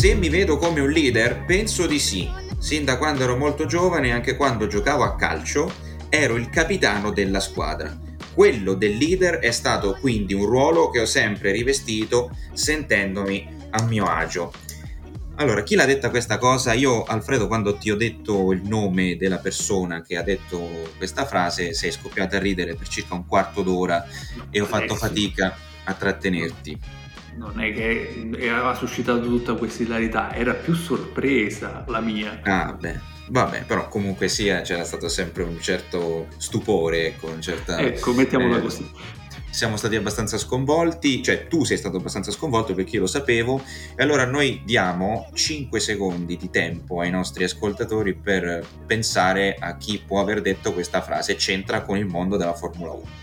Se mi vedo come un leader, penso di sì. Sin da quando ero molto giovane, anche quando giocavo a calcio, ero il capitano della squadra. Quello del leader è stato quindi un ruolo che ho sempre rivestito sentendomi a mio agio. Allora, chi l'ha detta questa cosa? Io, Alfredo, quando ti ho detto il nome della persona che ha detto questa frase, sei scoppiato a ridere per circa un quarto d'ora e ho fatto fatica a trattenerti. Non è che aveva suscitato tutta questa hilarità, era più sorpresa la mia. Ah, beh, vabbè, però comunque sia, c'era stato sempre un certo stupore, ecco, una certa... Ecco, mettiamola così. Siamo stati abbastanza sconvolti, cioè tu sei stato abbastanza sconvolto perché io lo sapevo, e allora noi diamo 5 secondi di tempo ai nostri ascoltatori per pensare a chi può aver detto questa frase, c'entra con il mondo della Formula 1.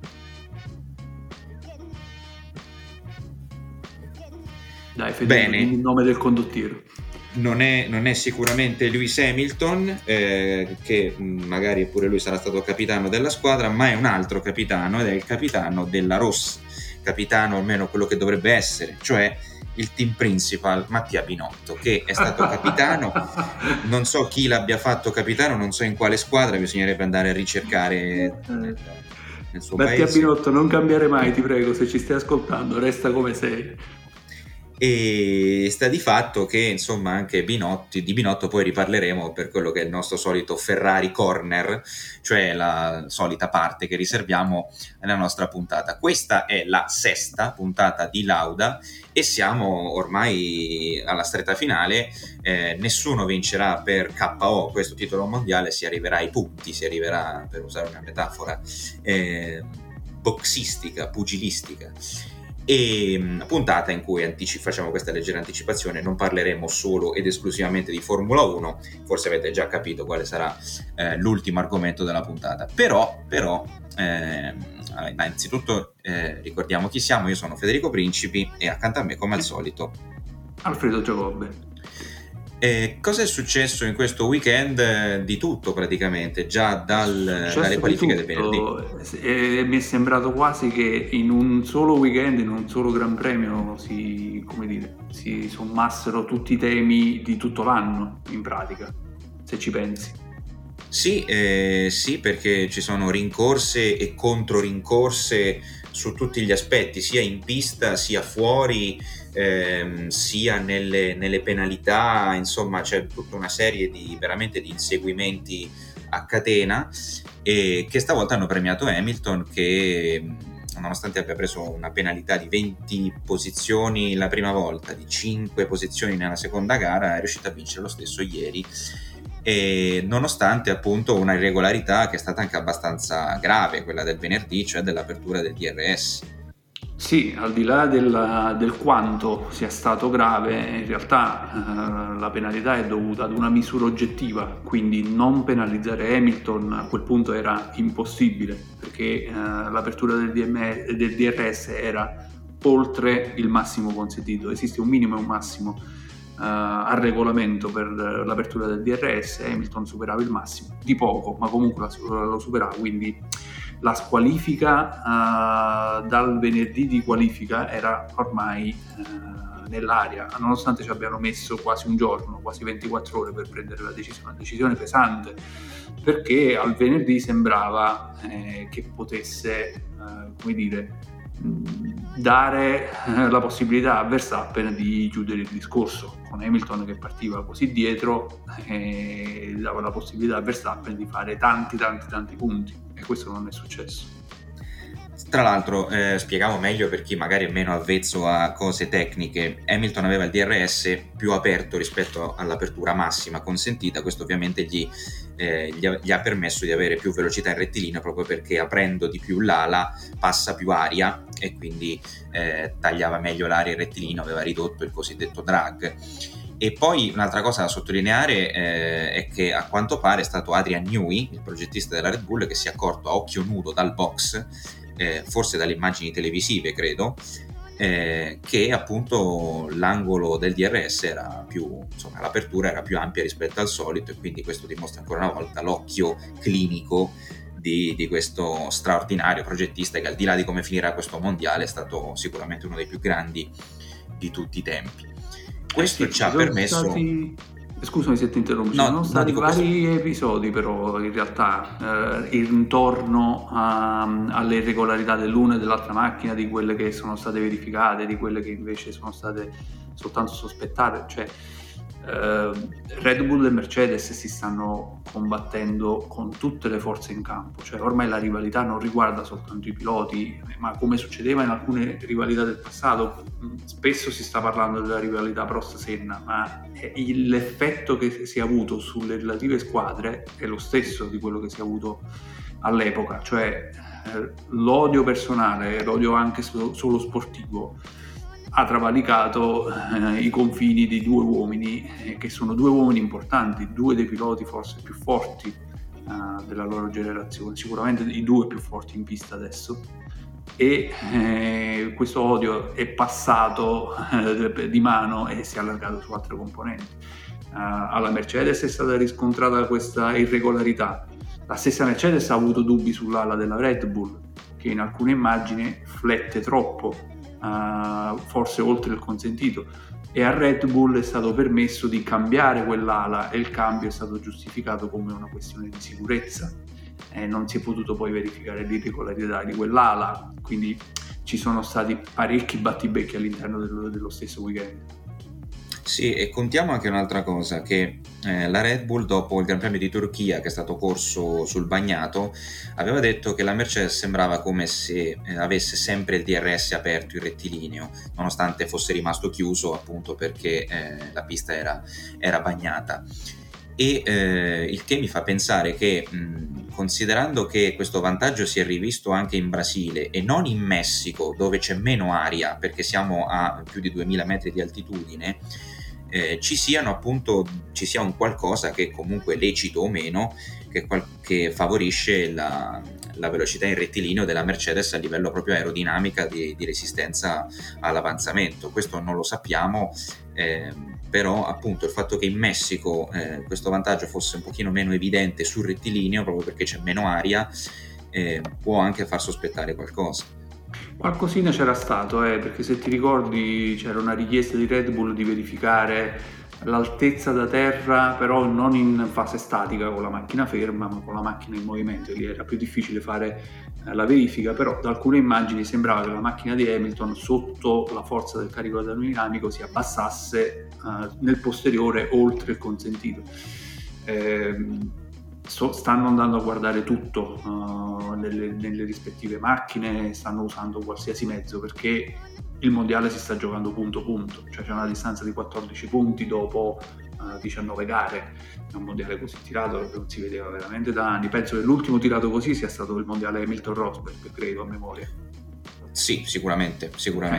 Dai, Federico, dimmi il nome del condottiero. Non è sicuramente Lewis Hamilton, che magari pure lui sarà stato capitano della squadra, ma è un altro capitano, ed è il capitano della Rossa, capitano almeno quello che dovrebbe essere, cioè il team principal Mattia Binotto, che è stato capitano. Non so chi l'abbia fatto capitano, non so in quale squadra, bisognerebbe andare a ricercare nel suo Mattia paese. Binotto, non cambiare mai, ti prego, se ci stai ascoltando, resta come sei. E sta di fatto che insomma anche di Binotto poi riparleremo per quello che è il nostro solito Ferrari Corner, cioè la solita parte che riserviamo nella nostra puntata. Questa è la 6ª puntata di Lauda e siamo ormai alla stretta finale. Nessuno vincerà per KO questo titolo mondiale, si arriverà ai punti, si arriverà, per usare una metafora boxistica, pugilistica. E puntata in cui facciamo questa leggera anticipazione, non parleremo solo ed esclusivamente di Formula 1, forse avete già capito quale sarà l'ultimo argomento della puntata, però innanzitutto ricordiamo chi siamo. Io sono Federico Principi e accanto a me, come al solito, Alfredo Giacobbe. Cosa è successo in questo weekend? Di tutto praticamente, già dalle qualifiche del venerdì. Mi è sembrato quasi che in un solo weekend, in un solo Gran Premio si sommassero tutti i temi di tutto l'anno, in pratica, se ci pensi. Sì, perché ci sono rincorse e controrincorse su tutti gli aspetti, sia in pista sia fuori, sia nelle penalità. Insomma, c'è tutta una serie di inseguimenti a catena, e che stavolta hanno premiato Hamilton, che nonostante abbia preso una penalità di 20 posizioni la prima volta, di 5 posizioni nella seconda gara, è riuscito a vincere lo stesso ieri, e nonostante appunto una irregolarità che è stata anche abbastanza grave, quella del venerdì, cioè dell'apertura del DRS. Sì, al di là del quanto sia stato grave, in realtà la penalità è dovuta ad una misura oggettiva, quindi non penalizzare Hamilton a quel punto era impossibile, perché l'apertura del DRS era oltre il massimo consentito. Esiste un minimo e un massimo al regolamento per l'apertura del DRS. Hamilton superava il massimo di poco, ma comunque lo superava, quindi la squalifica dal venerdì di qualifica era ormai nell'aria, nonostante ci abbiano messo quasi un giorno, quasi 24 ore per prendere la decisione, una decisione pesante, perché al venerdì sembrava che potesse dare la possibilità a Verstappen di chiudere il discorso, con Hamilton che partiva così dietro, dava la possibilità a Verstappen di fare tanti punti, e questo non è successo. Tra l'altro, spiegavo meglio per chi magari è meno avvezzo a cose tecniche. Hamilton aveva il DRS più aperto rispetto all'apertura massima consentita. Questo ovviamente gli ha permesso di avere più velocità in rettilineo, proprio perché aprendo di più l'ala passa più aria e quindi tagliava meglio l'aria in rettilineo, aveva ridotto il cosiddetto drag. E poi un'altra cosa da sottolineare è che a quanto pare è stato Adrian Newey, il progettista della Red Bull, che si è accorto a occhio nudo dal box, forse dalle immagini televisive credo, che appunto l'angolo del DRS era più, insomma l'apertura era più ampia rispetto al solito, e quindi questo dimostra ancora una volta l'occhio clinico di questo straordinario progettista, che al di là di come finirà questo mondiale è stato sicuramente uno dei più grandi di tutti i tempi. Questo Sì, ci ci ha sono permesso... stati, scusami se ti interrompo, ci sono No, no, stati dico questo. vari episodi però in realtà intorno alle irregolarità dell'una e dell'altra macchina, di quelle che sono state verificate, di quelle che invece sono state soltanto sospettate, cioè Red Bull e Mercedes si stanno combattendo con tutte le forze in campo, cioè ormai la rivalità non riguarda soltanto i piloti, ma come succedeva in alcune rivalità del passato, spesso si sta parlando della rivalità Prost-Senna, ma l'effetto che si è avuto sulle relative squadre è lo stesso di quello che si è avuto all'epoca, cioè l'odio personale, l'odio anche solo sportivo ha travalicato i confini di due uomini che sono due uomini importanti, due dei piloti forse più forti della loro generazione, sicuramente i due più forti in pista adesso, e questo odio è passato di mano e si è allargato su altre componenti. Alla Mercedes è stata riscontrata questa irregolarità, la stessa Mercedes ha avuto dubbi sull'ala della Red Bull, che in alcune immagini flette troppo, forse oltre il consentito, e a Red Bull è stato permesso di cambiare quell'ala e il cambio è stato giustificato come una questione di sicurezza. Non si è potuto poi verificare l'irregolarità di quell'ala, quindi ci sono stati parecchi battibecchi all'interno dello stesso weekend. Sì, e contiamo anche un'altra cosa, che la Red Bull dopo il Gran Premio di Turchia, che è stato corso sul bagnato, aveva detto che la Mercedes sembrava come se avesse sempre il DRS aperto, il rettilineo, nonostante fosse rimasto chiuso appunto perché la pista era bagnata. E il che mi fa pensare che, considerando che questo vantaggio si è rivisto anche in Brasile e non in Messico, dove c'è meno aria perché siamo a più di 2000 metri di altitudine, ci sia un qualcosa che comunque lecito o meno che favorisce la velocità in rettilineo della Mercedes a livello proprio aerodinamica di resistenza all'avanzamento. Questo non lo sappiamo, però appunto il fatto che in Messico questo vantaggio fosse un pochino meno evidente sul rettilineo proprio perché c'è meno aria può anche far sospettare qualcosa. Qualcosina c'era stato, perché se ti ricordi c'era una richiesta di Red Bull di verificare l'altezza da terra, però non in fase statica con la macchina ferma, ma con la macchina in movimento. Lì era più difficile fare la verifica, però da alcune immagini sembrava che la macchina di Hamilton sotto la forza del carico aerodinamico si abbassasse nel posteriore oltre il consentito. Stanno andando a guardare tutto nelle rispettive macchine, stanno usando qualsiasi mezzo perché il mondiale si sta giocando punto punto, cioè c'è una distanza di 14 punti dopo 19 gare. È un mondiale così tirato non si vedeva veramente da anni. Penso che l'ultimo tirato così sia stato il mondiale Hamilton-Rosberg, credo, a memoria. Sì, sicuramente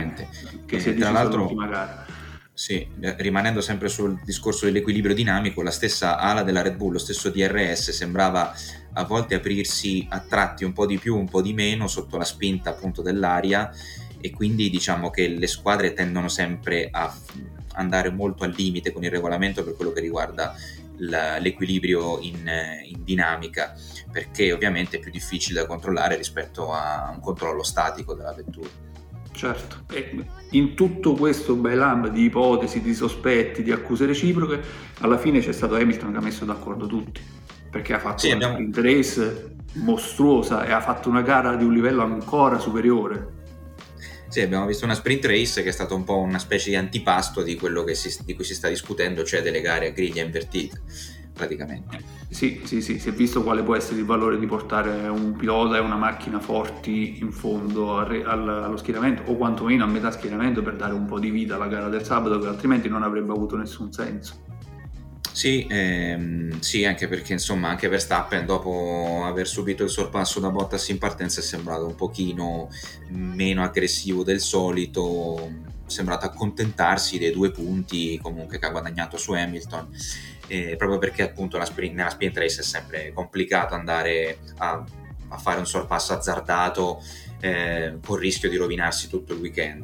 Che si è tra deciso l'altro l'ultima gara. Sì, rimanendo sempre sul discorso dell'equilibrio dinamico, la stessa ala della Red Bull, lo stesso DRS sembrava a volte aprirsi a tratti un po' di più, un po' di meno sotto la spinta appunto dell'aria, e quindi diciamo che le squadre tendono sempre a andare molto al limite con il regolamento per quello che riguarda l'equilibrio in dinamica, perché ovviamente è più difficile da controllare rispetto a un controllo statico della vettura. Certo, e in tutto questo bailam di ipotesi, di sospetti, di accuse reciproche, alla fine c'è stato Hamilton che ha messo d'accordo tutti, perché ha fatto una sprint race mostruosa e ha fatto una gara di un livello ancora superiore. Sì, abbiamo visto una sprint race che è stata un po' una specie di antipasto di quello di cui si sta discutendo, cioè delle gare a griglia invertita, praticamente. Sì, si è visto quale può essere il valore di portare un pilota e una macchina forti in fondo allo schieramento, o quantomeno a metà schieramento, per dare un po' di vita alla gara del sabato, che altrimenti non avrebbe avuto nessun senso. Sì, anche perché insomma anche Verstappen, dopo aver subito il sorpasso da Bottas in partenza, è sembrato un pochino meno aggressivo del solito, è sembrato accontentarsi dei 2 punti comunque che ha guadagnato su Hamilton, proprio perché appunto nella sprint race è sempre complicato andare a fare un sorpasso azzardato con il rischio di rovinarsi tutto il weekend.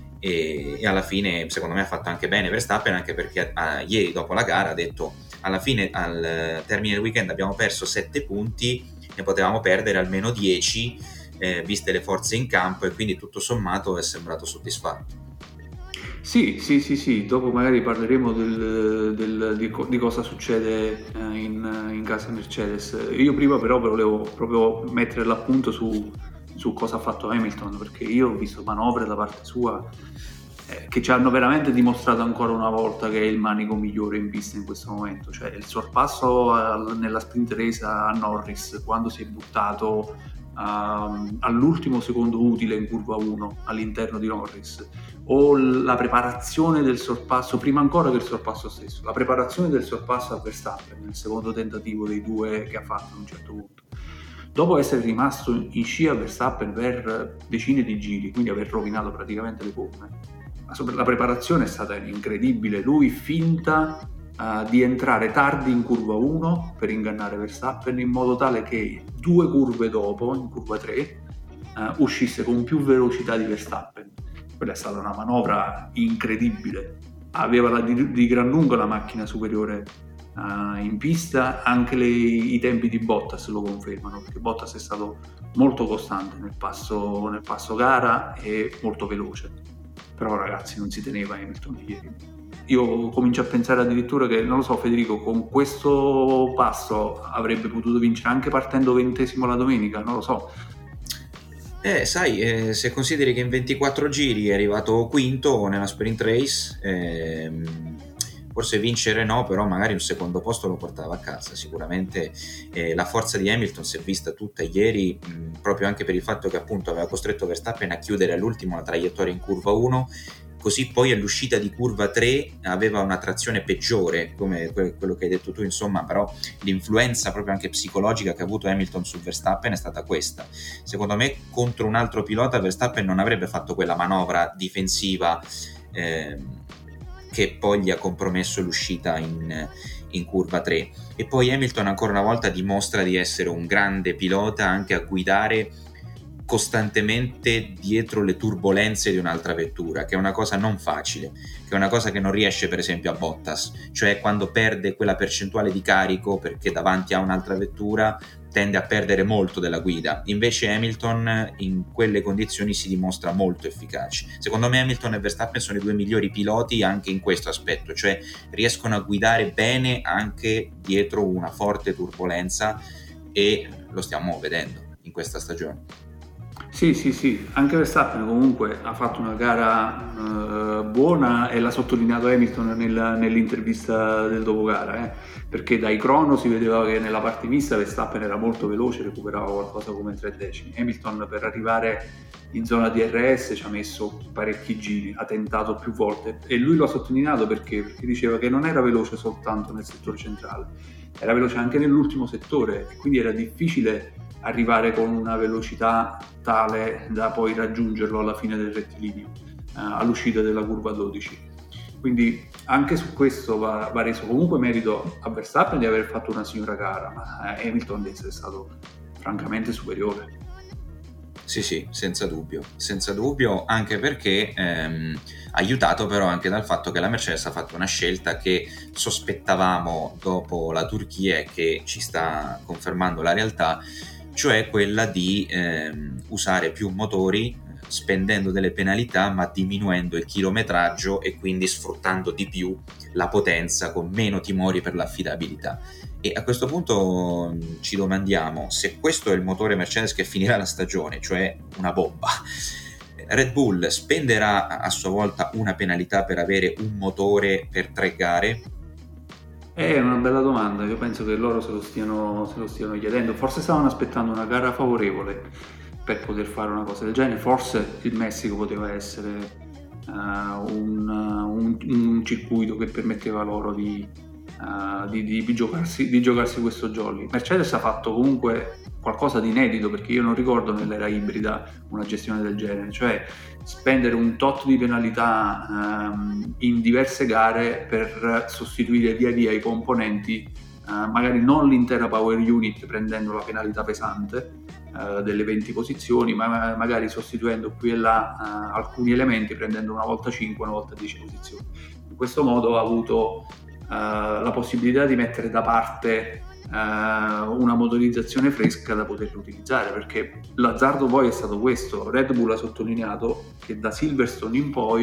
E alla fine secondo me ha fatto anche bene Verstappen, anche perché ieri dopo la gara ha detto: alla fine, al termine del weekend, abbiamo perso 7 punti, ne potevamo perdere almeno 10 viste le forze in campo, e quindi tutto sommato è sembrato soddisfatto. Sì, dopo magari parleremo di cosa succede in casa Mercedes. Io prima però volevo proprio mettere l'appunto su cosa ha fatto Hamilton, perché io ho visto manovre da parte sua che ci hanno veramente dimostrato ancora una volta che è il manico migliore in pista in questo momento. Cioè il sorpasso nella sprint race a Norris, quando si è buttato all'ultimo secondo utile in curva 1 all'interno di Norris, o la preparazione del sorpasso, prima ancora che il sorpasso stesso, la preparazione del sorpasso a Verstappen nel secondo tentativo dei due che ha fatto a un certo punto, dopo essere rimasto in scia Verstappen per decine di giri, quindi aver rovinato praticamente le gomme. La preparazione è stata incredibile, lui finta di entrare tardi in curva 1 per ingannare Verstappen, in modo tale che 2 curve dopo, in curva 3, uscisse con più velocità di Verstappen. Quella è stata una manovra incredibile, aveva di gran lunga la macchina superiore in pista, anche i tempi di Bottas lo confermano, perché Bottas è stato molto costante nel passo gara e molto veloce. Però ragazzi, non si teneva Hamilton ieri. Io comincio a pensare addirittura che, non lo so Federico, con questo passo avrebbe potuto vincere anche partendo 20° la domenica, non lo so. Sai, se consideri che in 24 giri è arrivato quinto nella sprint race, forse vincere no, però magari un secondo posto lo portava a casa. Sicuramente la forza di Hamilton si è vista tutta ieri, proprio anche per il fatto che appunto aveva costretto Verstappen a chiudere all'ultimo la traiettoria in curva 1, così poi all'uscita di curva 3 aveva una trazione peggiore, come quello che hai detto tu, insomma. Però l'influenza proprio anche psicologica che ha avuto Hamilton su Verstappen è stata questa. Secondo me contro un altro pilota Verstappen non avrebbe fatto quella manovra difensiva che poi gli ha compromesso l'uscita in curva 3. E poi Hamilton ancora una volta dimostra di essere un grande pilota anche a guidare costantemente dietro le turbolenze di un'altra vettura, che è una cosa non facile, che è una cosa che non riesce per esempio a Bottas, cioè quando perde quella percentuale di carico perché davanti a un'altra vettura tende a perdere molto della guida. Invece Hamilton in quelle condizioni si dimostra molto efficace. Secondo me Hamilton e Verstappen sono i due migliori piloti anche in questo aspetto, cioè riescono a guidare bene anche dietro una forte turbolenza, e lo stiamo vedendo in questa stagione. Sì, anche Verstappen comunque ha fatto una gara buona, e l'ha sottolineato Hamilton nell'intervista del dopogara, perché dai crono si vedeva che nella parte mista Verstappen era molto veloce, recuperava qualcosa come 3 decimi. Hamilton per arrivare in zona DRS ci ha messo parecchi giri, ha tentato più volte, e lui lo ha sottolineato perché diceva che non era veloce soltanto nel settore centrale, era veloce anche nell'ultimo settore, e quindi era difficile arrivare con una velocità tale da poi raggiungerlo alla fine del rettilineo, all'uscita della curva 12. Quindi anche su questo va reso comunque merito a Verstappen di aver fatto una signora gara, ma Hamilton deve essere stato francamente superiore. Sì, senza dubbio, anche perché aiutato però anche dal fatto che la Mercedes ha fatto una scelta che sospettavamo dopo la Turchia e che ci sta confermando la realtà, cioè quella di usare più motori, spendendo delle penalità ma diminuendo il chilometraggio e quindi sfruttando di più la potenza con meno timori per l'affidabilità. E a questo punto ci domandiamo se questo è il motore Mercedes che finirà la stagione, cioè una bomba. Red Bull spenderà a sua volta una penalità per avere un motore per 3 gare? È una bella domanda, io penso che loro se lo stiano chiedendo, forse stavano aspettando una gara favorevole per poter fare una cosa del genere, forse il Messico poteva essere un circuito che permetteva loro di giocarsi questo jolly. Mercedes ha fatto comunque qualcosa di inedito, perché io non ricordo nell'era ibrida una gestione del genere, cioè spendere un tot di penalità in diverse gare per sostituire via via i componenti, magari non l'intera power unit prendendo la penalità pesante delle 20 posizioni, ma magari sostituendo qui e là alcuni elementi, prendendo una volta 5, una volta 10 posizioni. In questo modo ha avuto la possibilità di mettere da parte una motorizzazione fresca da poter utilizzare, perché l'azzardo poi è stato questo. Red Bull ha sottolineato che da Silverstone in poi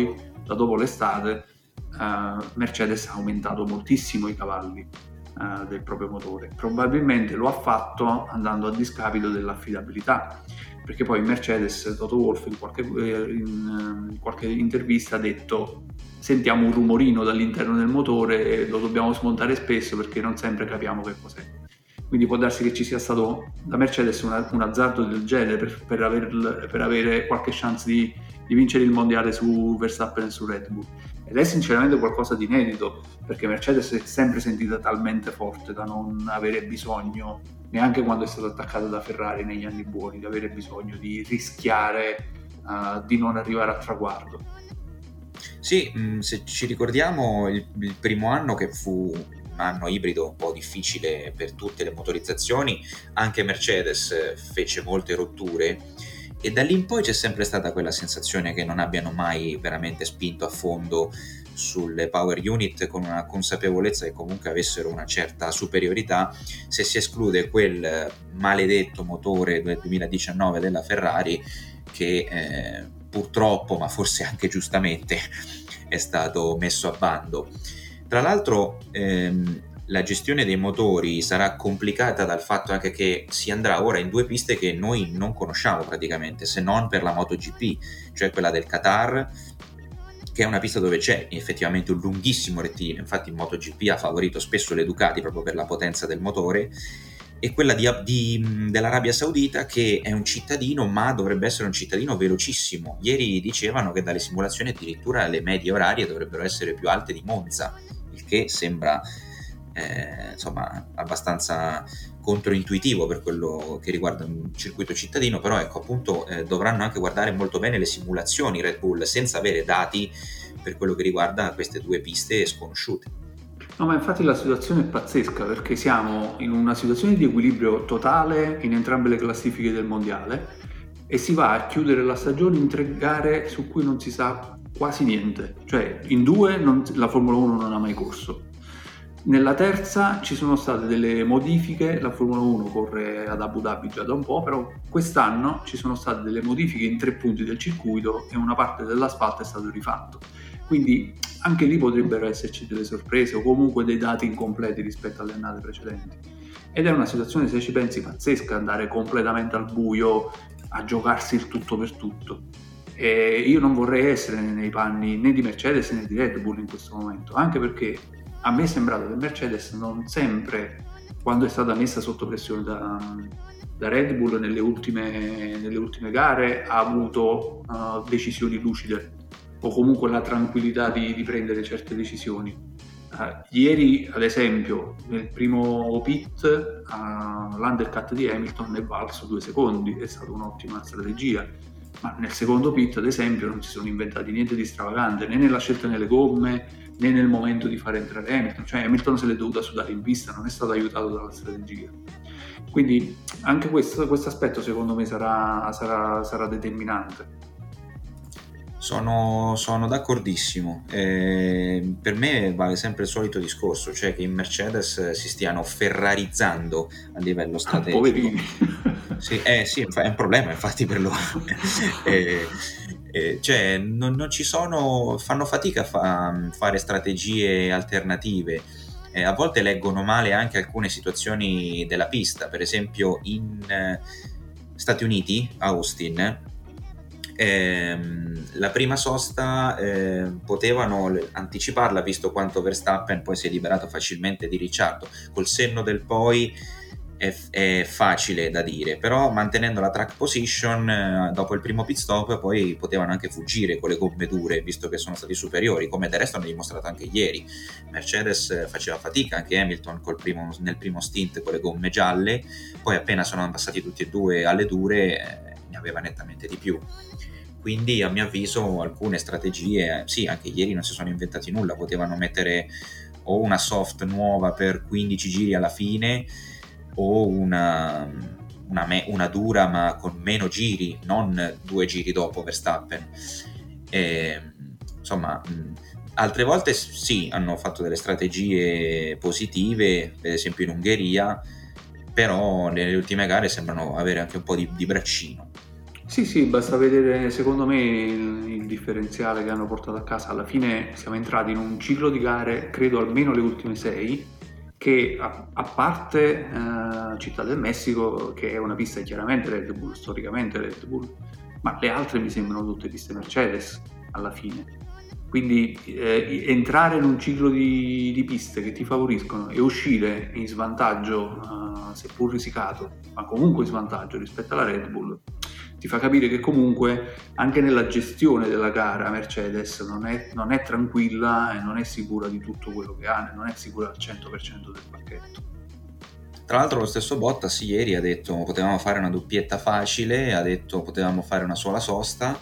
da dopo l'estate Mercedes ha aumentato moltissimo i cavalli del proprio motore. Probabilmente lo ha fatto andando a discapito dell'affidabilità, perché poi Mercedes, Toto Wolff in qualche intervista ha detto: sentiamo un rumorino dall'interno del motore e lo dobbiamo smontare spesso perché non sempre capiamo che cos'è. Quindi può darsi che ci sia stato da Mercedes un azzardo del genere per avere qualche chance di vincere il mondiale su Verstappen e su Red Bull. Ed è sinceramente qualcosa di inedito, perché Mercedes è sempre sentita talmente forte da non avere bisogno, neanche quando è stata attaccata da Ferrari negli anni buoni, di avere bisogno di rischiare di non arrivare a traguardo. Sì, se ci ricordiamo il primo anno, che fu un anno ibrido un po' difficile per tutte le motorizzazioni, anche Mercedes fece molte rotture e da lì in poi c'è sempre stata quella sensazione che non abbiano mai veramente spinto a fondo sulle power unit con una consapevolezza che comunque avessero una certa superiorità, se si esclude quel maledetto motore del 2019 della Ferrari che purtroppo, ma forse anche giustamente, è stato messo a bando. Tra l'altro la gestione dei motori sarà complicata dal fatto anche che si andrà ora in due piste che noi non conosciamo praticamente, se non per la MotoGP, cioè quella del Qatar, che è una pista dove c'è effettivamente un lunghissimo rettilineo. Infatti in MotoGP ha favorito spesso le Ducati proprio per la potenza del motore, e quella dell'Arabia Saudita, che è un cittadino, ma dovrebbe essere un cittadino velocissimo. Ieri dicevano che dalle simulazioni addirittura le medie orarie dovrebbero essere più alte di Monza, il che sembra insomma abbastanza controintuitivo per quello che riguarda un circuito cittadino. Però ecco, appunto, dovranno anche guardare molto bene le simulazioni Red Bull, senza avere dati per quello che riguarda queste due piste sconosciute. No, ma infatti la situazione è pazzesca, perché siamo in una situazione di equilibrio totale in entrambe le classifiche del mondiale e si va a chiudere la stagione in 3 gare su cui non si sa quasi niente. Cioè, in 2 la Formula 1 non ha mai corso. Nella terza ci sono state delle modifiche, la Formula 1 corre ad Abu Dhabi già da un po', però quest'anno ci sono state delle modifiche in 3 punti del circuito e una parte dell'asfalto è stato rifatto. Quindi anche lì potrebbero esserci delle sorprese o comunque dei dati incompleti rispetto alle annate precedenti. Ed è una situazione, se ci pensi, pazzesca, andare completamente al buio a giocarsi il tutto per tutto. E io non vorrei essere nei panni né di Mercedes né di Red Bull in questo momento, anche perché a me è sembrato che Mercedes non sempre, quando è stata messa sotto pressione da Red Bull nelle ultime gare, ha avuto decisioni lucide o comunque la tranquillità di prendere certe decisioni. Ieri, ad esempio, nel primo pit l'undercut di Hamilton è valso 2 secondi, è stata un'ottima strategia, ma nel secondo pit, ad esempio, non si sono inventati niente di stravagante, né nella scelta delle gomme né nel momento di fare entrare Hamilton. Cioè Hamilton se l'è dovuta sudare in pista, non è stato aiutato dalla strategia. Quindi anche questo aspetto secondo me sarà determinante. Sono d'accordissimo. Per me vale sempre il solito discorso, cioè che in Mercedes si stiano ferrarizzando a livello strategico. Poverini. Sì, sì, è un problema infatti per loro. Cioè non ci sono, fanno fatica a fare strategie alternative. A volte leggono male anche alcune situazioni della pista. Per esempio in Stati Uniti, a Austin, la prima sosta potevano anticiparla, visto quanto Verstappen poi si è liberato facilmente di Ricciardo. Col senno del poi è facile da dire, però mantenendo la track position dopo il primo pit stop poi potevano anche fuggire con le gomme dure, visto che sono stati superiori, come del resto hanno dimostrato anche ieri. Mercedes faceva fatica, anche Hamilton nel primo stint con le gomme gialle, poi appena sono passati tutti e due alle dure ne aveva nettamente di più. Quindi a mio avviso alcune strategie, sì, anche ieri non si sono inventati nulla, potevano mettere o una soft nuova per 15 giri alla fine o una dura ma con meno giri, non 2 giri dopo Verstappen. Insomma, altre volte sì, hanno fatto delle strategie positive, per esempio in Ungheria, però nelle ultime gare sembrano avere anche un po' di braccino. Sì, basta vedere secondo me il differenziale che hanno portato a casa. Alla fine siamo entrati in un ciclo di gare, credo almeno le ultime 6, che a parte Città del Messico, che è una pista chiaramente Red Bull, storicamente Red Bull, ma le altre mi sembrano tutte piste Mercedes alla fine. Quindi entrare in un ciclo di piste che ti favoriscono e uscire in svantaggio, seppur risicato, ma comunque in svantaggio rispetto alla Red Bull, ti fa capire che comunque anche nella gestione della gara Mercedes non è tranquilla e non è sicura di tutto quello che ha, non è sicura al 100% del pacchetto. Tra l'altro lo stesso Bottas ieri ha detto potevamo fare una doppietta facile, ha detto potevamo fare una sola sosta,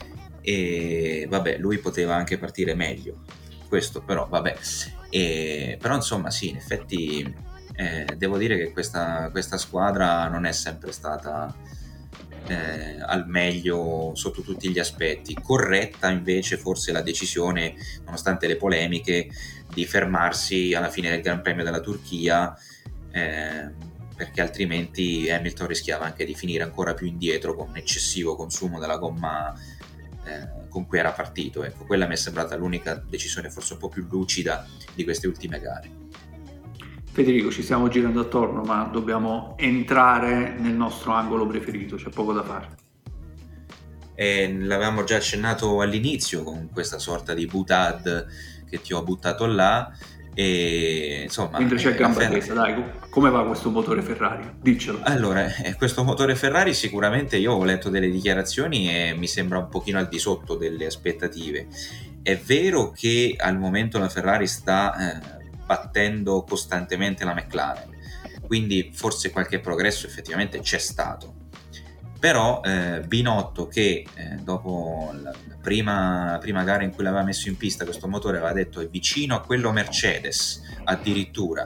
e vabbè, lui poteva anche partire meglio, questo però vabbè, però insomma sì, in effetti devo dire che questa squadra non è sempre stata al meglio sotto tutti gli aspetti. Corretta invece forse la decisione, nonostante le polemiche, di fermarsi alla fine del Gran Premio della Turchia, perché altrimenti Hamilton rischiava anche di finire ancora più indietro con un eccessivo consumo della gomma con cui era partito. Ecco, quella mi è sembrata l'unica decisione forse un po' più lucida di queste ultime gare. Federico, ci stiamo girando attorno, ma dobbiamo entrare nel nostro angolo preferito, c'è poco da fare. L'avevamo già accennato all'inizio con questa sorta di butad che ti ho buttato là, e insomma, mentre c'è gamba tesa, dai, come va questo motore Ferrari? Diccelo. Allora, questo motore Ferrari sicuramente, io ho letto delle dichiarazioni e mi sembra un pochino al di sotto delle aspettative. È vero che al momento la Ferrari sta battendo costantemente la McLaren, quindi forse qualche progresso effettivamente c'è stato. Però Binotto, che dopo la prima gara in cui l'aveva messo in pista questo motore, aveva detto è vicino a quello Mercedes addirittura,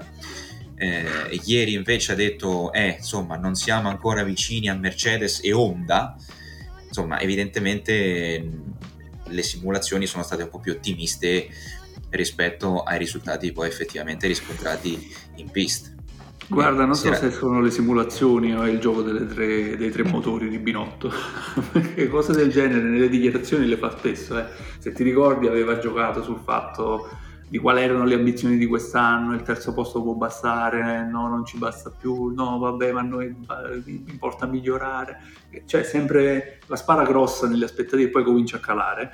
ieri invece ha detto insomma non siamo ancora vicini a Mercedes e Honda. Insomma, evidentemente le simulazioni sono state un po' più ottimiste rispetto ai risultati poi effettivamente riscontrati in pista. Guarda, non so se sono le simulazioni o è il gioco dei tre motori di Binotto, perché cose del genere nelle dichiarazioni le fa spesso. Se ti ricordi aveva giocato sul fatto di quali erano le ambizioni di quest'anno, il terzo posto può bastare, no, non ci basta più, no, vabbè, ma a noi importa migliorare. C'è sempre la spara grossa nelle aspettative e poi comincia a calare.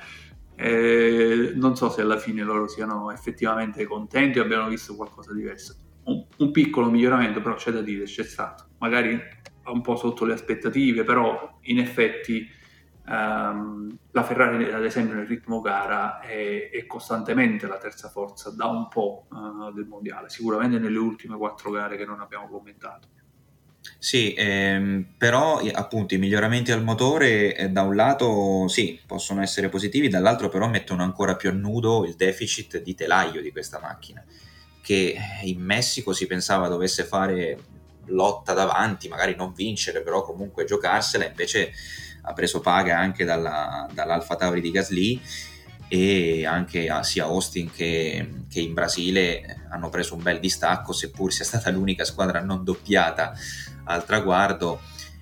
Non so se alla fine loro siano effettivamente contenti o abbiano visto qualcosa di diverso. Un piccolo miglioramento però c'è da dire, c'è stato, magari un po' sotto le aspettative, però in effetti la Ferrari ad esempio nel ritmo gara è costantemente la terza forza da un po' del mondiale, sicuramente nelle ultime 4 gare che non abbiamo commentato. Sì, però appunto i miglioramenti al motore da un lato sì, possono essere positivi, dall'altro però mettono ancora più a nudo il deficit di telaio di questa macchina, che in Messico si pensava dovesse fare lotta davanti, magari non vincere, però comunque giocarsela, invece ha preso paga anche dall'Alfa Tauri di Gasly, e anche sia Austin che in Brasile hanno preso un bel distacco, seppur sia stata l'unica squadra non doppiata al traguardo,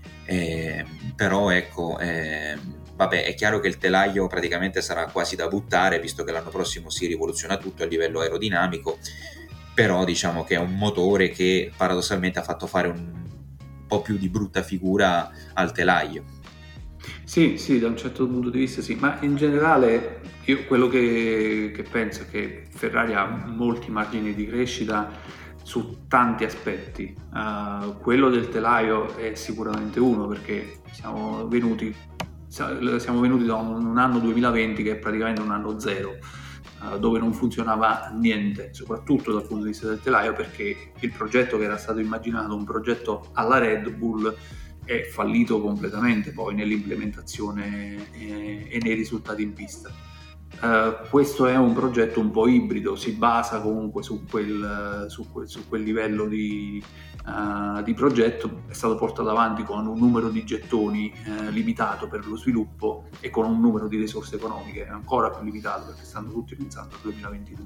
però ecco, vabbè, è chiaro che il telaio praticamente sarà quasi da buttare, visto che l'anno prossimo si rivoluziona tutto a livello aerodinamico, però diciamo che è un motore che paradossalmente ha fatto fare un po' più di brutta figura al telaio. Sì, da un certo punto di vista sì, ma in generale io quello che penso è che Ferrari ha molti margini di crescita su tanti aspetti. Quello del telaio è sicuramente uno, perché siamo venuti da un anno 2020 che è praticamente un anno zero, dove non funzionava niente, soprattutto dal punto di vista del telaio, perché il progetto che era stato immaginato, un progetto alla Red Bull, è fallito completamente poi nell'implementazione e nei risultati in pista. Questo è un progetto un po' ibrido, si basa comunque su quel livello di progetto, è stato portato avanti con un numero di gettoni limitato per lo sviluppo e con un numero di risorse economiche ancora più limitato, perché stanno tutti pensando al 2022.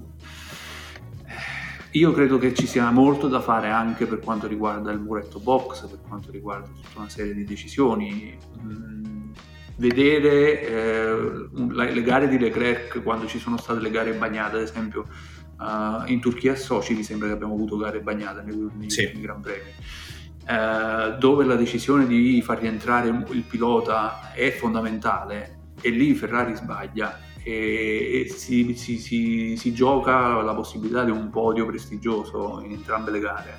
Io credo che ci sia molto da fare anche per quanto riguarda il muretto box, per quanto riguarda tutta una serie di decisioni. vedere le gare di Leclerc quando ci sono state le gare bagnate, ad esempio in Turchia a Sochi mi sembra che abbiamo avuto gare bagnate negli ultimi Gran Premi, dove la decisione di far rientrare il pilota è fondamentale, e lì Ferrari sbaglia e si gioca la possibilità di un podio prestigioso in entrambe le gare.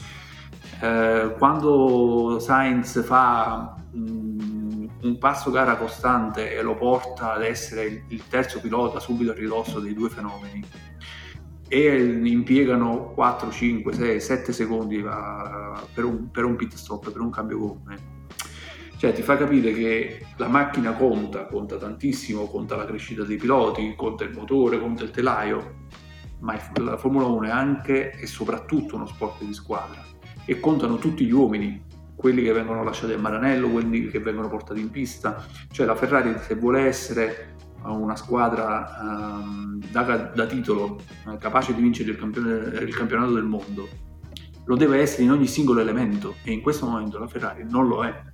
Quando Sainz fa un passo gara costante e lo porta ad essere il terzo pilota subito a ridosso dei due fenomeni, e impiegano 4, 5, 6, 7 secondi per un pit stop, per un cambio gomme, cioè ti fa capire che la macchina conta tantissimo, conta la crescita dei piloti, conta il motore, conta il telaio, ma la Formula 1 è anche e soprattutto uno sport di squadra, e contano tutti gli uomini, quelli che vengono lasciati al Maranello, quelli che vengono portati in pista. Cioè la Ferrari, se vuole essere una squadra da titolo, capace di vincere il campionato del mondo, lo deve essere in ogni singolo elemento, e in questo momento la Ferrari non lo è.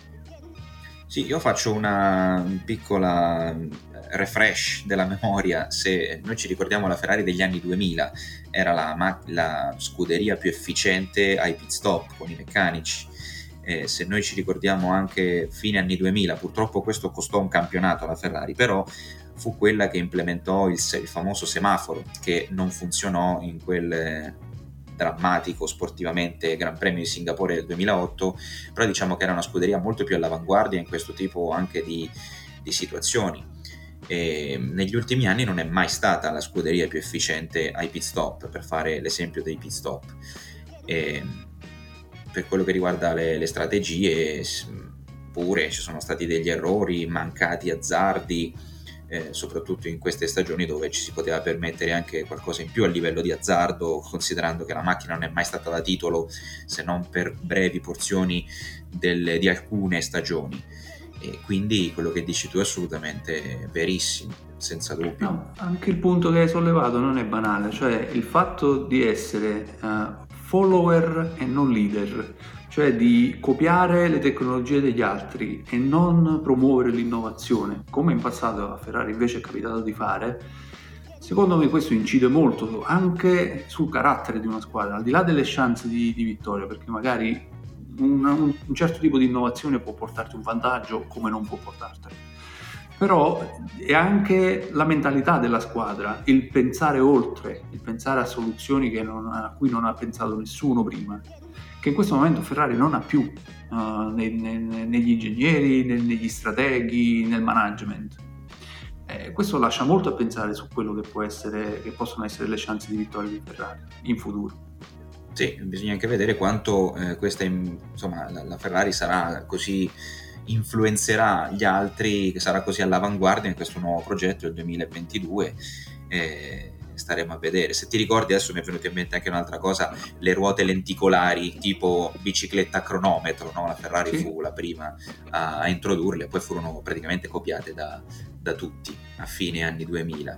Sì, io faccio una piccola refresh della memoria. Se noi ci ricordiamo la Ferrari degli anni 2000, era la scuderia più efficiente ai pit stop con i meccanici. Se noi ci ricordiamo anche fine anni 2000, purtroppo questo costò un campionato alla Ferrari, però fu quella che implementò il famoso semaforo, che non funzionò in quel drammatico sportivamente Gran Premio di Singapore del 2008, però diciamo che era una scuderia molto più all'avanguardia in questo tipo anche di situazioni. E negli ultimi anni non è mai stata la scuderia più efficiente ai pit stop, per fare l'esempio dei pit stop. E per quello che riguarda le strategie, pure ci sono stati degli errori, mancati azzardi, soprattutto in queste stagioni dove ci si poteva permettere anche qualcosa in più a livello di azzardo, considerando che la macchina non è mai stata da titolo se non per brevi porzioni di alcune stagioni. E quindi quello che dici tu è assolutamente verissimo, senza dubbio. No, anche il punto che hai sollevato non è banale, cioè il fatto di essere follower e non leader, cioè di copiare le tecnologie degli altri e non promuovere l'innovazione, come in passato a Ferrari invece è capitato di fare. Secondo me questo incide molto anche sul carattere di una squadra, al di là delle chance di vittoria, perché magari un certo tipo di innovazione può portarti un vantaggio come non può portartelo, però è anche la mentalità della squadra, il pensare oltre, il pensare a soluzioni a cui non ha pensato nessuno prima, che in questo momento Ferrari non ha più negli ingegneri, negli strateghi, nel management. Questo lascia molto a pensare su quello che possono essere le chance di vittoria di Ferrari in futuro. Sì, bisogna anche vedere quanto la Ferrari sarà così, influenzerà gli altri, che sarà così all'avanguardia in questo nuovo progetto del 2022. Staremo a vedere. Se ti ricordi, adesso mi è venuta in mente anche un'altra cosa, le ruote lenticolari tipo bicicletta a cronometro, no? La Ferrari fu la prima a introdurle, poi furono praticamente copiate da tutti a fine anni 2000.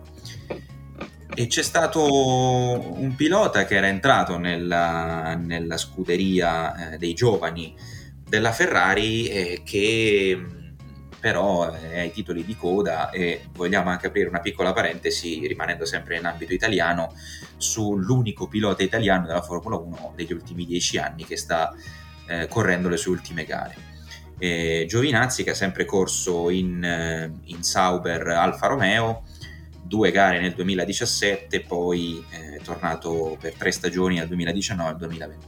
E c'è stato un pilota che era entrato nella scuderia dei giovani della Ferrari, che però è ai titoli di coda, e vogliamo anche aprire una piccola parentesi, rimanendo sempre in ambito italiano, sull'unico pilota italiano della Formula 1 degli ultimi 10 anni che sta correndo le sue ultime gare. Giovinazzi, che ha sempre corso in Sauber Alfa Romeo, 2 gare nel 2017, poi è tornato per 3 stagioni nel 2019 e nel 2021.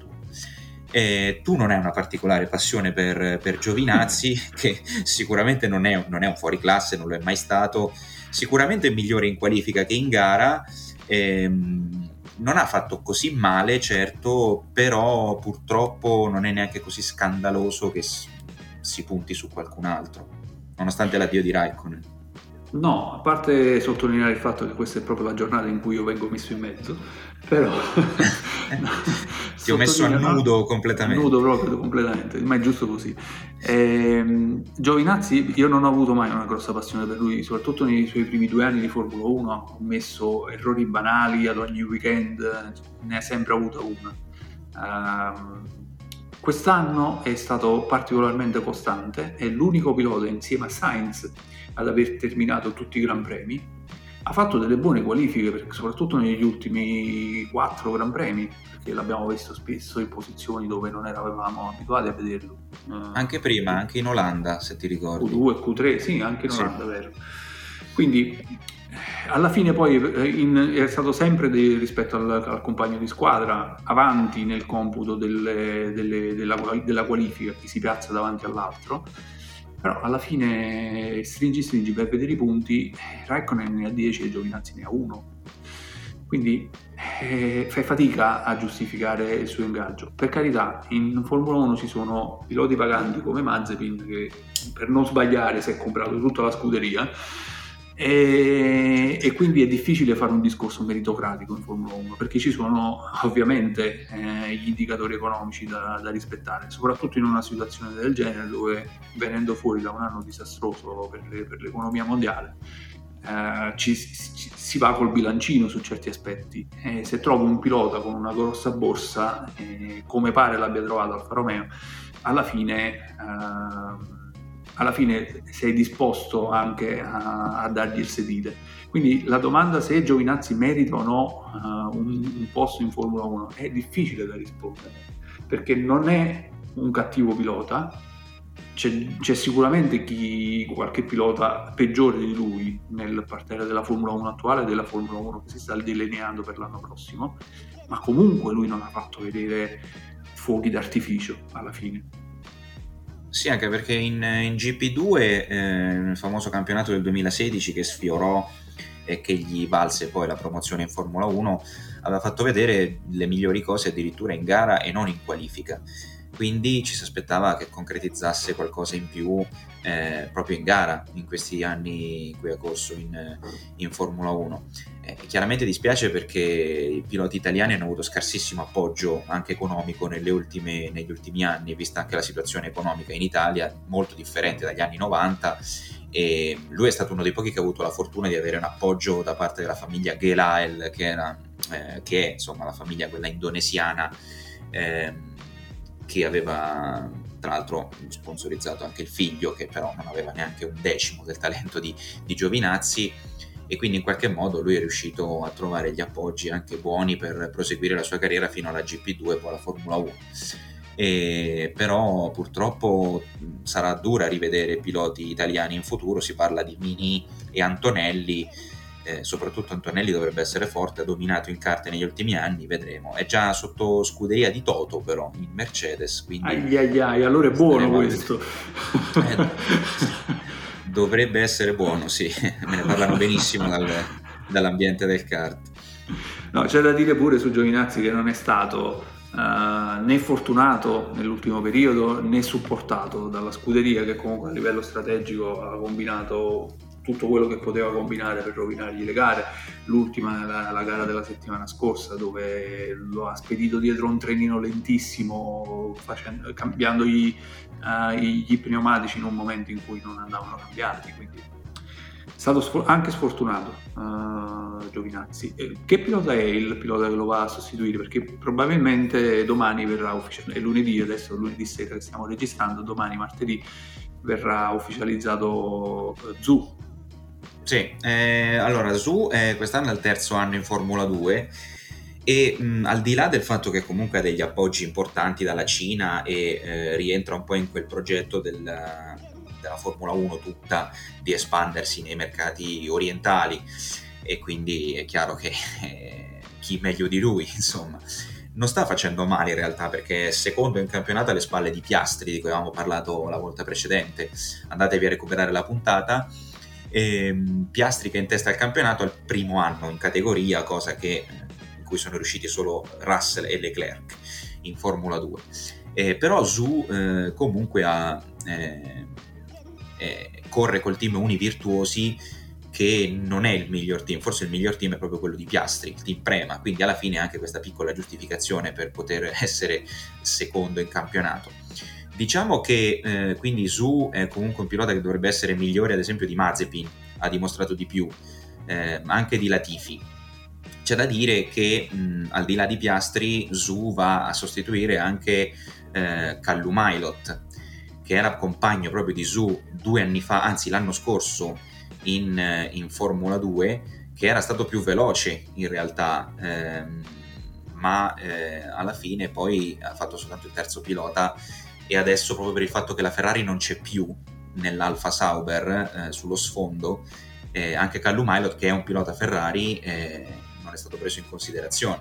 Tu non hai una particolare passione per Giovinazzi, che sicuramente non è un fuoriclasse, non lo è mai stato, sicuramente è migliore in qualifica che in gara, non ha fatto così male, certo, però purtroppo non è neanche così scandaloso che si punti su qualcun altro, nonostante l'addio di Raikkonen. No, a parte sottolineare il fatto che questa è proprio la giornata in cui io vengo messo in mezzo, però ti ho messo a nudo completamente. Nudo proprio completamente, ma è giusto così. Giovinazzi, io non ho avuto mai una grossa passione per lui, soprattutto nei suoi primi 2 anni di Formula 1 ha commesso errori banali ad ogni weekend, ne ha sempre avuto una. Quest'anno è stato particolarmente costante, è l'unico pilota insieme a Sainz ad aver terminato tutti i Gran Premi. Ha fatto delle buone qualifiche, soprattutto negli ultimi 4 Gran Premi, perché l'abbiamo visto spesso in posizioni dove non eravamo abituati a vederlo. Anche prima, anche in Olanda, se ti ricordi. Q2, Q3, sì, anche in Olanda, vero. Quindi alla fine poi è stato sempre rispetto al compagno di squadra avanti nel computo della qualifica, chi si piazza davanti all'altro, però alla fine stringi per vedere i punti, Raikkonen ne ha 10 e Giovinazzi ne ha 1, quindi fai fatica a giustificare il suo ingaggio. Per carità, in Formula 1 ci sono piloti paganti come Mazepin che per non sbagliare si è comprato tutta la scuderia, e quindi è difficile fare un discorso meritocratico in Formula 1, perché ci sono ovviamente gli indicatori economici da rispettare, soprattutto in una situazione del genere dove, venendo fuori da un anno disastroso per l'economia mondiale, si va col bilancino su certi aspetti. Se trovo un pilota con una grossa borsa, come pare l'abbia trovato Alfa Romeo, alla fine sei disposto anche a dargli il sedile. Quindi la domanda se Giovinazzi merita o no un posto in Formula 1 è difficile da rispondere, perché non è un cattivo pilota. C'è sicuramente qualche pilota peggiore di lui nel parterre della Formula 1 attuale e della Formula 1 che si sta delineando per l'anno prossimo, ma comunque lui non ha fatto vedere fuochi d'artificio alla fine. Sì, anche perché in GP2, nel famoso campionato del 2016 che sfiorò e che gli valse poi la promozione in Formula 1, aveva fatto vedere le migliori cose addirittura in gara e non in qualifica. Quindi ci si aspettava che concretizzasse qualcosa in più proprio in gara in questi anni in cui ha corso in Formula 1. Chiaramente dispiace perché i piloti italiani hanno avuto scarsissimo appoggio anche economico negli ultimi anni, vista anche la situazione economica in Italia molto differente dagli anni 90, e lui è stato uno dei pochi che ha avuto la fortuna di avere un appoggio da parte della famiglia Gelael, che è insomma la famiglia quella indonesiana, che aveva tra l'altro sponsorizzato anche il figlio, che però non aveva neanche un decimo del talento di Giovinazzi, e quindi in qualche modo lui è riuscito a trovare gli appoggi anche buoni per proseguire la sua carriera fino alla GP2 e poi alla Formula 1. Però purtroppo sarà dura rivedere piloti italiani in futuro. Si parla di Mini e Antonelli, soprattutto Antonelli dovrebbe essere forte, ha dominato in kart negli ultimi anni, vedremo. È già sotto scuderia di Toto però in Mercedes, quindi allora è buono questo. Dovrebbe essere buono, sì. Me ne parlano benissimo dall'ambiente del kart. No, c'è da dire pure su Giovinazzi che non è stato né fortunato nell'ultimo periodo né supportato dalla scuderia, che comunque a livello strategico ha combinato tutto quello che poteva combinare per rovinargli le gare. L'ultima, la gara della settimana scorsa, dove lo ha spedito dietro un trenino lentissimo, cambiandogli gli pneumatici in un momento in cui non andavano cambiati, quindi è stato anche sfortunato Giovinazzi. Che pilota è il pilota che lo va a sostituire? Perché probabilmente domani verrà ufficiale, è lunedì, adesso è lunedì sera che stiamo registrando, domani martedì verrà ufficializzato Zhou. Sì, allora Zhou quest'anno è il terzo anno in Formula 2 e al di là del fatto che comunque ha degli appoggi importanti dalla Cina e rientra un po' in quel progetto della Formula 1 tutta di espandersi nei mercati orientali, e quindi è chiaro che chi meglio di lui, insomma, non sta facendo male in realtà, perché è secondo in campionato alle spalle di Piastri, di cui avevamo parlato la volta precedente. Andatevi a recuperare la puntata. Piastri che è in testa al campionato al primo anno in categoria, cosa in cui sono riusciti solo Russell e Leclerc in Formula 2. Però Zhou comunque corre col team Univirtuosi, che non è il miglior team, forse il miglior team è proprio quello di Piastri, il team Prema, quindi alla fine anche questa piccola giustificazione per poter essere secondo in campionato. Diciamo che quindi Zhou è comunque un pilota che dovrebbe essere migliore ad esempio di Mazepin, ha dimostrato di più, anche di Latifi, C'è da dire che al di là di Piastri, Zhou va a sostituire anche Callum Ilott, che era compagno proprio di Zhou 2 anni fa, anzi l'anno scorso in Formula 2, che era stato più veloce in realtà, ma alla fine poi ha fatto soltanto il terzo pilota, e adesso, proprio per il fatto che la Ferrari non c'è più nell'Alfa Sauber sullo sfondo, anche Callum Ilott, che è un pilota Ferrari, non è stato preso in considerazione.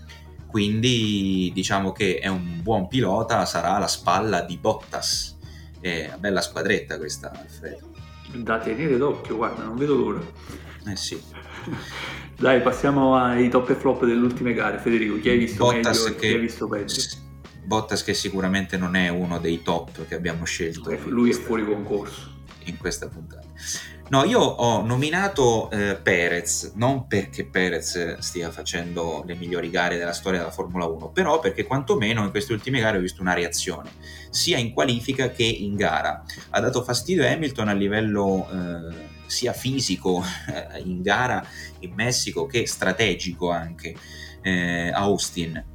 Quindi diciamo che è un buon pilota, sarà alla spalla di Bottas. È una bella squadretta questa, Alfredo. Da tenere d'occhio, guarda, non vedo l'ora. Sì. Dai, passiamo ai top e flop delle ultime gare. Federico, chi hai visto Bottas meglio e chi hai visto peggio? Bottas, che sicuramente non è uno dei top che abbiamo scelto. Lui è fuori concorso in questa puntata. No, io ho nominato Perez, non perché Perez stia facendo le migliori gare della storia della Formula 1, però perché quantomeno in queste ultime gare ho visto una reazione, sia in qualifica che in gara. Ha dato fastidio a Hamilton a livello sia fisico in gara in Messico, che strategico anche a Austin.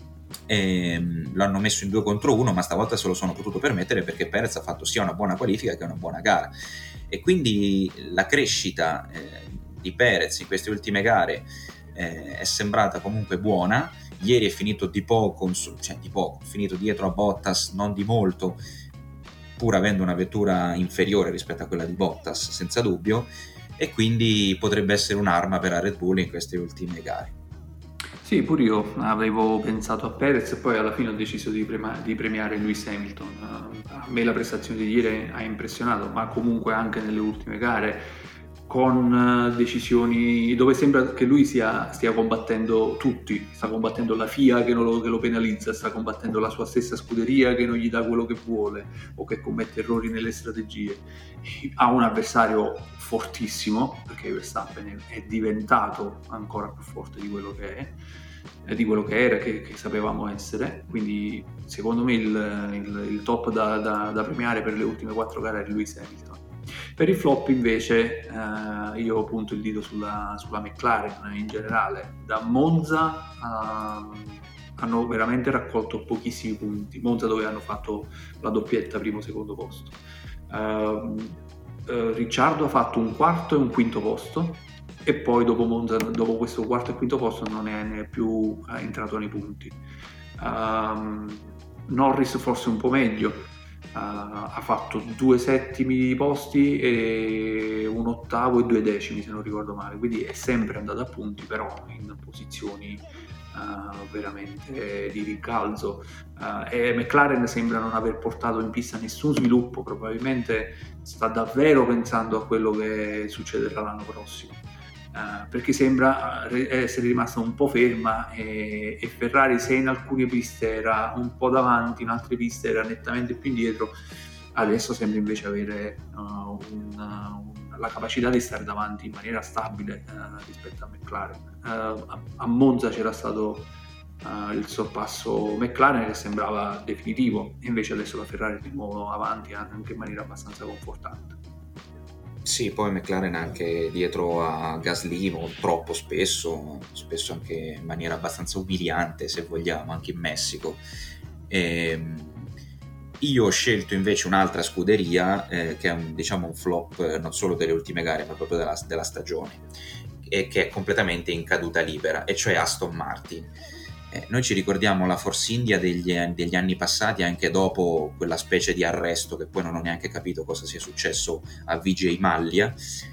L'hanno messo in 2 contro 1, ma stavolta se lo sono potuto permettere perché Perez ha fatto sia una buona qualifica che una buona gara, e quindi la crescita di Perez in queste ultime gare è sembrata comunque buona. Ieri è finito di poco, finito dietro a Bottas, non di molto, pur avendo una vettura inferiore rispetto a quella di Bottas, senza dubbio, e quindi potrebbe essere un'arma per la Red Bull in queste ultime gare. Sì, pure io avevo pensato a Perez e poi alla fine ho deciso di premiare Lewis Hamilton. A me la prestazione di ieri ha impressionato, ma comunque anche nelle ultime gare, con decisioni dove sembra che lui stia combattendo tutti, sta combattendo la FIA che lo penalizza, sta combattendo la sua stessa scuderia che non gli dà quello che vuole o che commette errori nelle strategie. Ha un avversario fortissimo, perché Verstappen è diventato ancora più forte di quello che è, di quello che era, che sapevamo essere. Quindi secondo me il top da premiare per le ultime 4 gare è Lewis Hamilton. Per i flop invece io punto il dito sulla McLaren in generale. Da Monza hanno veramente raccolto pochissimi punti. Monza, dove hanno fatto la doppietta primo-secondo posto. Ricciardo ha fatto un quarto e un quinto posto, e poi dopo Monza, dopo questo quarto e quinto posto, non è più entrato nei punti. Norris forse un po' meglio, ha fatto 2 settimi posti e un ottavo e 2 decimi, se non ricordo male, quindi è sempre andato a punti, però in posizioni veramente di rincalzo, e McLaren sembra non aver portato in pista nessun sviluppo. Probabilmente sta davvero pensando a quello che succederà l'anno prossimo, perché sembra essere rimasta un po' ferma, e Ferrari, se in alcune piste era un po' davanti, in altre piste era nettamente più indietro, adesso sembra invece avere la capacità di stare davanti in maniera stabile rispetto a McLaren. A Monza c'era stato il sorpasso McLaren, che sembrava definitivo, e invece adesso la Ferrari è di nuovo avanti anche in maniera abbastanza confortante. Sì, poi McLaren anche dietro a Gasly troppo spesso anche in maniera abbastanza umiliante, se vogliamo, anche in Messico. Io ho scelto invece un'altra scuderia che è un flop non solo delle ultime gare, ma proprio della stagione, e che è completamente in caduta libera, e cioè Aston Martin. Noi ci ricordiamo la Force India degli anni passati, anche dopo quella specie di arresto che poi non ho neanche capito cosa sia successo a Vijay Mallya.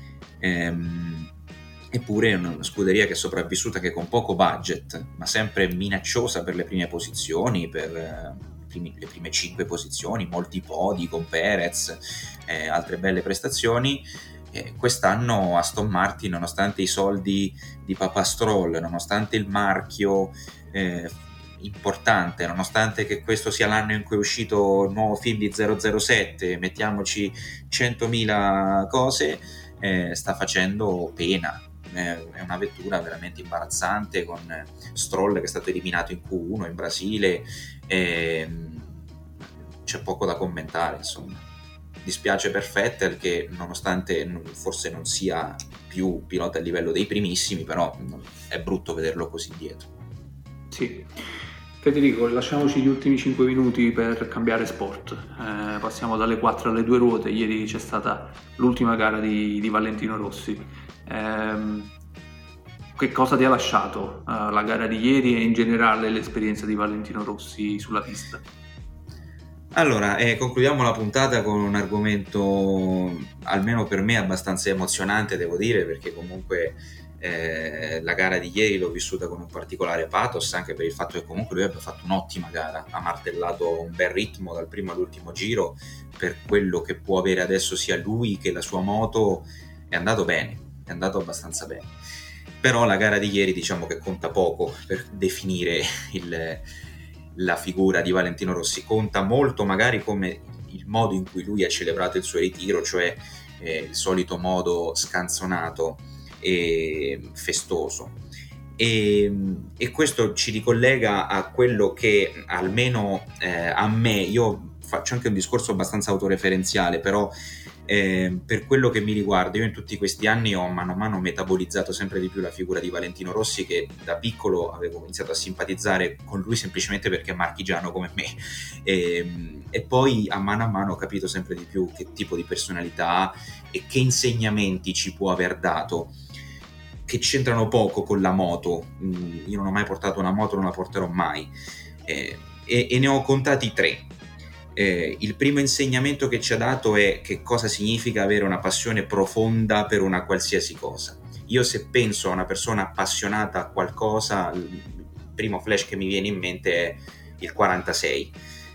Eppure è una scuderia che è sopravvissuta, che con poco budget, ma sempre minacciosa per le prime posizioni, per le prime 5 posizioni, molti podi con Perez, altre belle prestazioni. Quest'anno Aston Martin, nonostante i soldi di Papa Stroll, nonostante il marchio importante, nonostante che questo sia l'anno in cui è uscito il nuovo film di 007, mettiamoci 100.000 cose, sta facendo pena. È una vettura veramente imbarazzante, con Stroll che è stato eliminato in Q1 in Brasile. C'è poco da commentare, insomma. dispiace per Vettel che nonostante forse non sia più pilota a livello dei primissimi, però è brutto vederlo così dietro. Sì. Federico, lasciamoci gli ultimi 5 minuti per cambiare sport. Passiamo dalle 4 alle 2 ruote. Ieri c'è stata l'ultima gara di Valentino Rossi. Che cosa ti ha lasciato la gara di ieri e in generale l'esperienza di Valentino Rossi sulla pista? Allora, concludiamo la puntata con un argomento, almeno per me, abbastanza emozionante, devo dire, perché comunque la gara di ieri l'ho vissuta con un particolare pathos, anche per il fatto che comunque lui abbia fatto un'ottima gara, ha martellato un bel ritmo dal primo all'ultimo giro. Per quello che può avere adesso sia lui che la sua moto, è andato bene, è andato abbastanza bene. Però la gara di ieri diciamo che conta poco per definire la figura di Valentino Rossi, conta molto magari come il modo in cui lui ha celebrato il suo ritiro, cioè il solito modo scanzonato e festoso, e questo ci ricollega a quello che almeno a me, io faccio anche un discorso abbastanza autoreferenziale, però per quello che mi riguarda, io in tutti questi anni ho mano a mano metabolizzato sempre di più la figura di Valentino Rossi, che da piccolo avevo iniziato a simpatizzare con lui semplicemente perché è marchigiano come me, e poi a mano ho capito sempre di più che tipo di personalità ha e che insegnamenti ci può aver dato, che c'entrano poco con la moto. Io non ho mai portato una moto, non la porterò mai, e ne ho contati 3. Il primo insegnamento che ci ha dato è che cosa significa avere una passione profonda per una qualsiasi cosa. Io, se penso a una persona appassionata a qualcosa, il primo flash che mi viene in mente è il 46.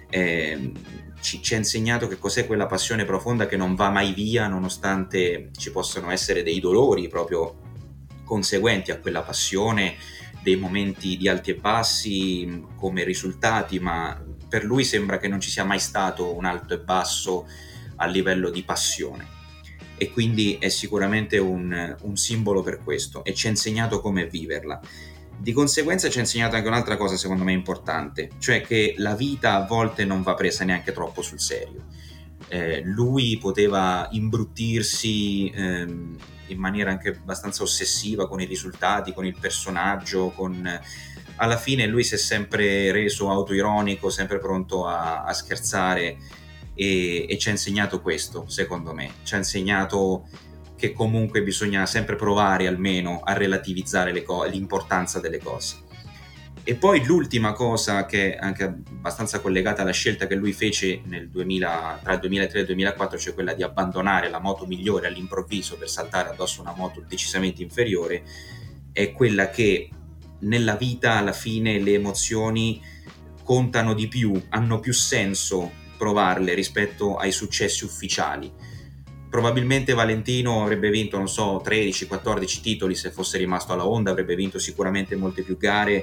Ci ha insegnato che cos'è quella passione profonda che non va mai via, nonostante ci possano essere dei dolori proprio conseguenti a quella passione, dei momenti di alti e bassi come risultati, ma per lui sembra che non ci sia mai stato un alto e basso a livello di passione, e quindi è sicuramente un simbolo per questo, e ci ha insegnato come viverla. Di conseguenza ci ha insegnato anche un'altra cosa secondo me importante, cioè che la vita a volte non va presa neanche troppo sul serio. Lui poteva imbruttirsi in maniera anche abbastanza ossessiva con i risultati, con il personaggio, alla fine lui si è sempre reso autoironico, sempre pronto a scherzare, e ci ha insegnato questo, secondo me. Ci ha insegnato che comunque bisogna sempre provare almeno a relativizzare l'importanza delle cose. E poi l'ultima cosa, che è anche abbastanza collegata alla scelta che lui fece tra il 2003 e il 2004, cioè quella di abbandonare la moto migliore all'improvviso per saltare addosso a una moto decisamente inferiore, è quella che nella vita alla fine le emozioni contano di più, hanno più senso provarle rispetto ai successi ufficiali. Probabilmente Valentino avrebbe vinto, non so, 13-14 titoli se fosse rimasto alla Honda, avrebbe vinto sicuramente molte più gare,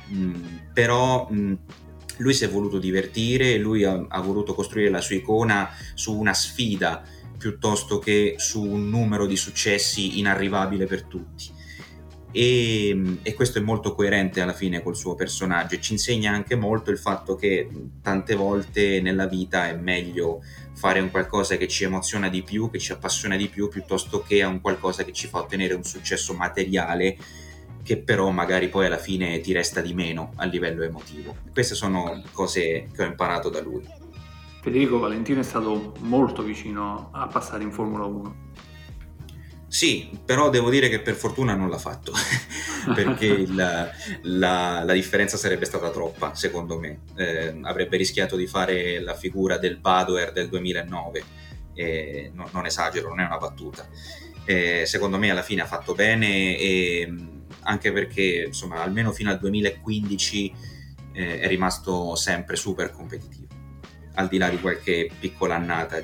però lui si è voluto divertire, lui ha voluto costruire la sua icona su una sfida piuttosto che su un numero di successi inarrivabile per tutti, e questo è molto coerente alla fine col suo personaggio, e ci insegna anche molto il fatto che tante volte nella vita è meglio fare un qualcosa che ci emoziona di più, che ci appassiona di più, piuttosto che a un qualcosa che ci fa ottenere un successo materiale che però magari poi alla fine ti resta di meno a livello emotivo. Queste sono cose che ho imparato da lui. Federico, Valentino è stato molto vicino a passare in Formula 1. Sì, però devo dire che per fortuna non l'ha fatto perché la differenza sarebbe stata troppa, secondo me. Avrebbe rischiato di fare la figura del Badoer del 2009, non esagero, non è una battuta. Secondo me alla fine ha fatto bene, e anche perché insomma almeno fino al 2015 è rimasto sempre super competitivo, al di là di qualche piccola annata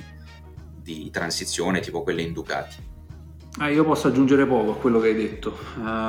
di transizione tipo quelle in Ducati. Io posso aggiungere poco a quello che hai detto.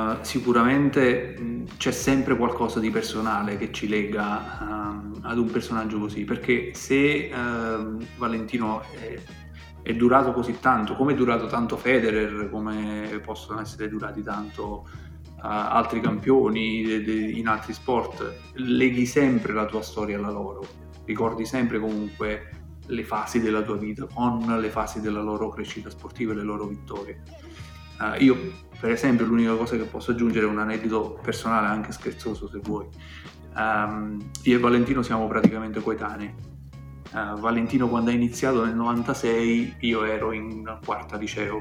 Sicuramente c'è sempre qualcosa di personale che ci lega ad un personaggio così, perché se Valentino è durato così tanto, come è durato tanto Federer, come possono essere durati tanto altri campioni in altri sport, leghi sempre la tua storia alla loro, ricordi sempre comunque le fasi della tua vita, con le fasi della loro crescita sportiva e le loro vittorie. Io, per esempio, l'unica cosa che posso aggiungere è un aneddoto personale, anche scherzoso se vuoi. Io e Valentino siamo praticamente coetanei. Valentino, quando ha iniziato nel 96, io ero in quarta liceo,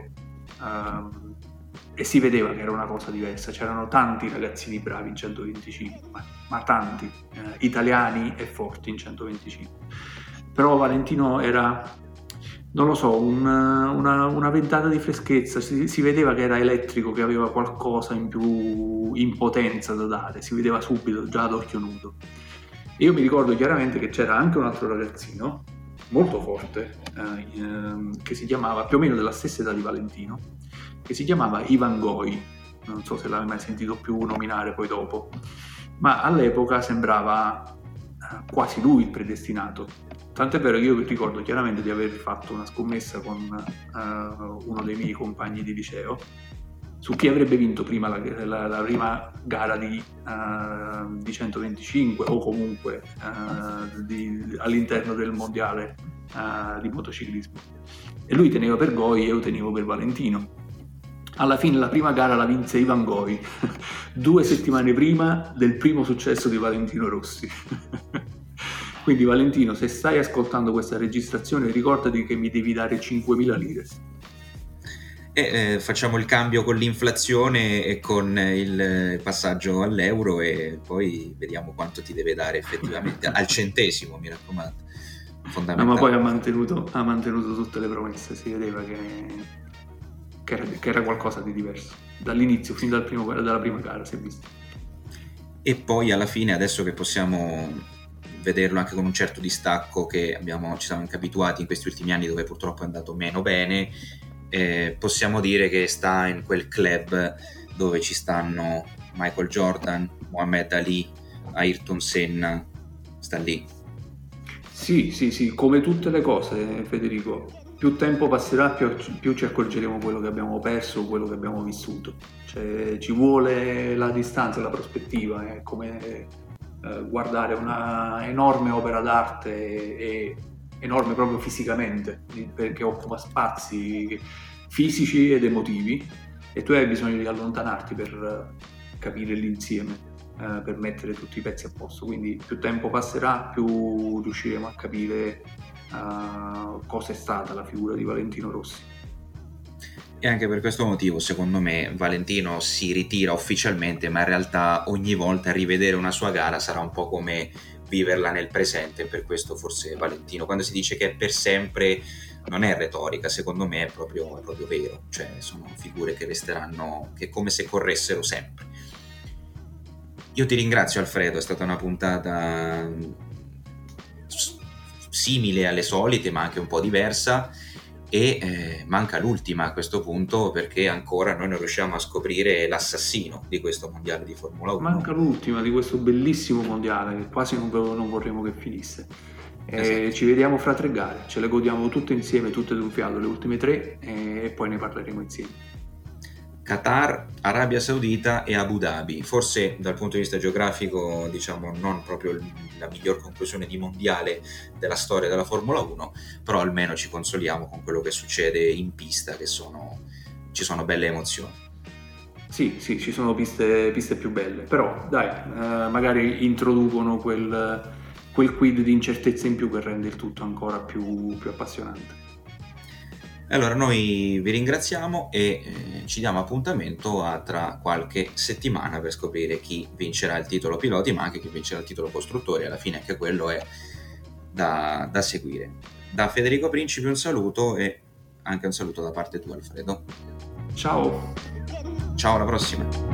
e si vedeva che era una cosa diversa. C'erano tanti ragazzini bravi in 125, ma tanti, italiani e forti in 125. Però Valentino era, non lo so, una ventata di freschezza, si vedeva che era elettrico, che aveva qualcosa in più, in potenza da dare, si vedeva subito, già ad occhio nudo. E io mi ricordo chiaramente che c'era anche un altro ragazzino, molto forte, che si chiamava, più o meno della stessa età di Valentino, che si chiamava Ivan Goi, non so se l'avevi mai sentito più nominare poi dopo, ma all'epoca sembrava quasi lui il predestinato. Tant'è vero che io ricordo chiaramente di aver fatto una scommessa con uno dei miei compagni di liceo su chi avrebbe vinto prima la prima gara di 125 o comunque all'interno del mondiale di motociclismo. E lui teneva per Goi e io tenevo per Valentino. Alla fine la prima gara la vinse Ivan Goi, 2 settimane prima del primo successo di Valentino Rossi. Quindi Valentino, se stai ascoltando questa registrazione, ricordati che mi devi dare 5.000 lire. E facciamo il cambio con l'inflazione e con il passaggio all'euro e poi vediamo quanto ti deve dare effettivamente, al centesimo, mi raccomando. No, ma poi ha mantenuto tutte le promesse, si vedeva che era qualcosa di diverso. Dall'inizio, fin dalla prima gara si è visto. E poi alla fine, adesso che possiamo vederlo anche con un certo distacco che ci siamo anche abituati in questi ultimi anni dove purtroppo è andato meno bene, possiamo dire che sta in quel club dove ci stanno Michael Jordan, Muhammad Ali, Ayrton Senna, sta lì. Sì, come tutte le cose, Federico, più tempo passerà più ci accorgeremo quello che abbiamo perso, quello che abbiamo vissuto. Cioè, ci vuole la distanza, la prospettiva, è come guardare una enorme opera d'arte e enorme proprio fisicamente, perché occupa spazi fisici ed emotivi e tu hai bisogno di allontanarti per capire l'insieme, per mettere tutti i pezzi a posto. Quindi più tempo passerà, più riusciremo a capire cosa è stata la figura di Valentino Rossi. E anche per questo motivo, secondo me, Valentino si ritira ufficialmente, ma in realtà ogni volta rivedere una sua gara sarà un po' come viverla nel presente. Per questo forse Valentino, quando si dice che è per sempre, non è retorica, secondo me è proprio vero. Cioè sono figure che resteranno, che è come se corressero sempre. Io ti ringrazio, Alfredo, è stata una puntata simile alle solite, ma anche un po' diversa. E manca l'ultima a questo punto, perché ancora noi non riusciamo a scoprire l'assassino di questo mondiale di Formula 1. Manca l'ultima di questo bellissimo mondiale che quasi non vorremmo che finisse. Esatto. Ci vediamo fra 3 gare, ce le godiamo tutte insieme, tutte d'un fiato, le ultime 3, e poi ne parleremo insieme. Qatar, Arabia Saudita e Abu Dhabi. Forse dal punto di vista geografico, diciamo, non proprio la miglior conclusione di mondiale della storia della Formula 1, però almeno ci consoliamo con quello che succede in pista, ci sono belle emozioni. Sì, ci sono piste più belle, però dai, magari introducono quel quid di incertezza in più che rende il tutto ancora più appassionante. Allora noi vi ringraziamo e ci diamo appuntamento a tra qualche settimana per scoprire chi vincerà il titolo piloti, ma anche chi vincerà il titolo costruttori. Alla fine anche quello è da seguire. Da Federico Principi un saluto e anche un saluto da parte tua, Alfredo. Ciao, alla prossima.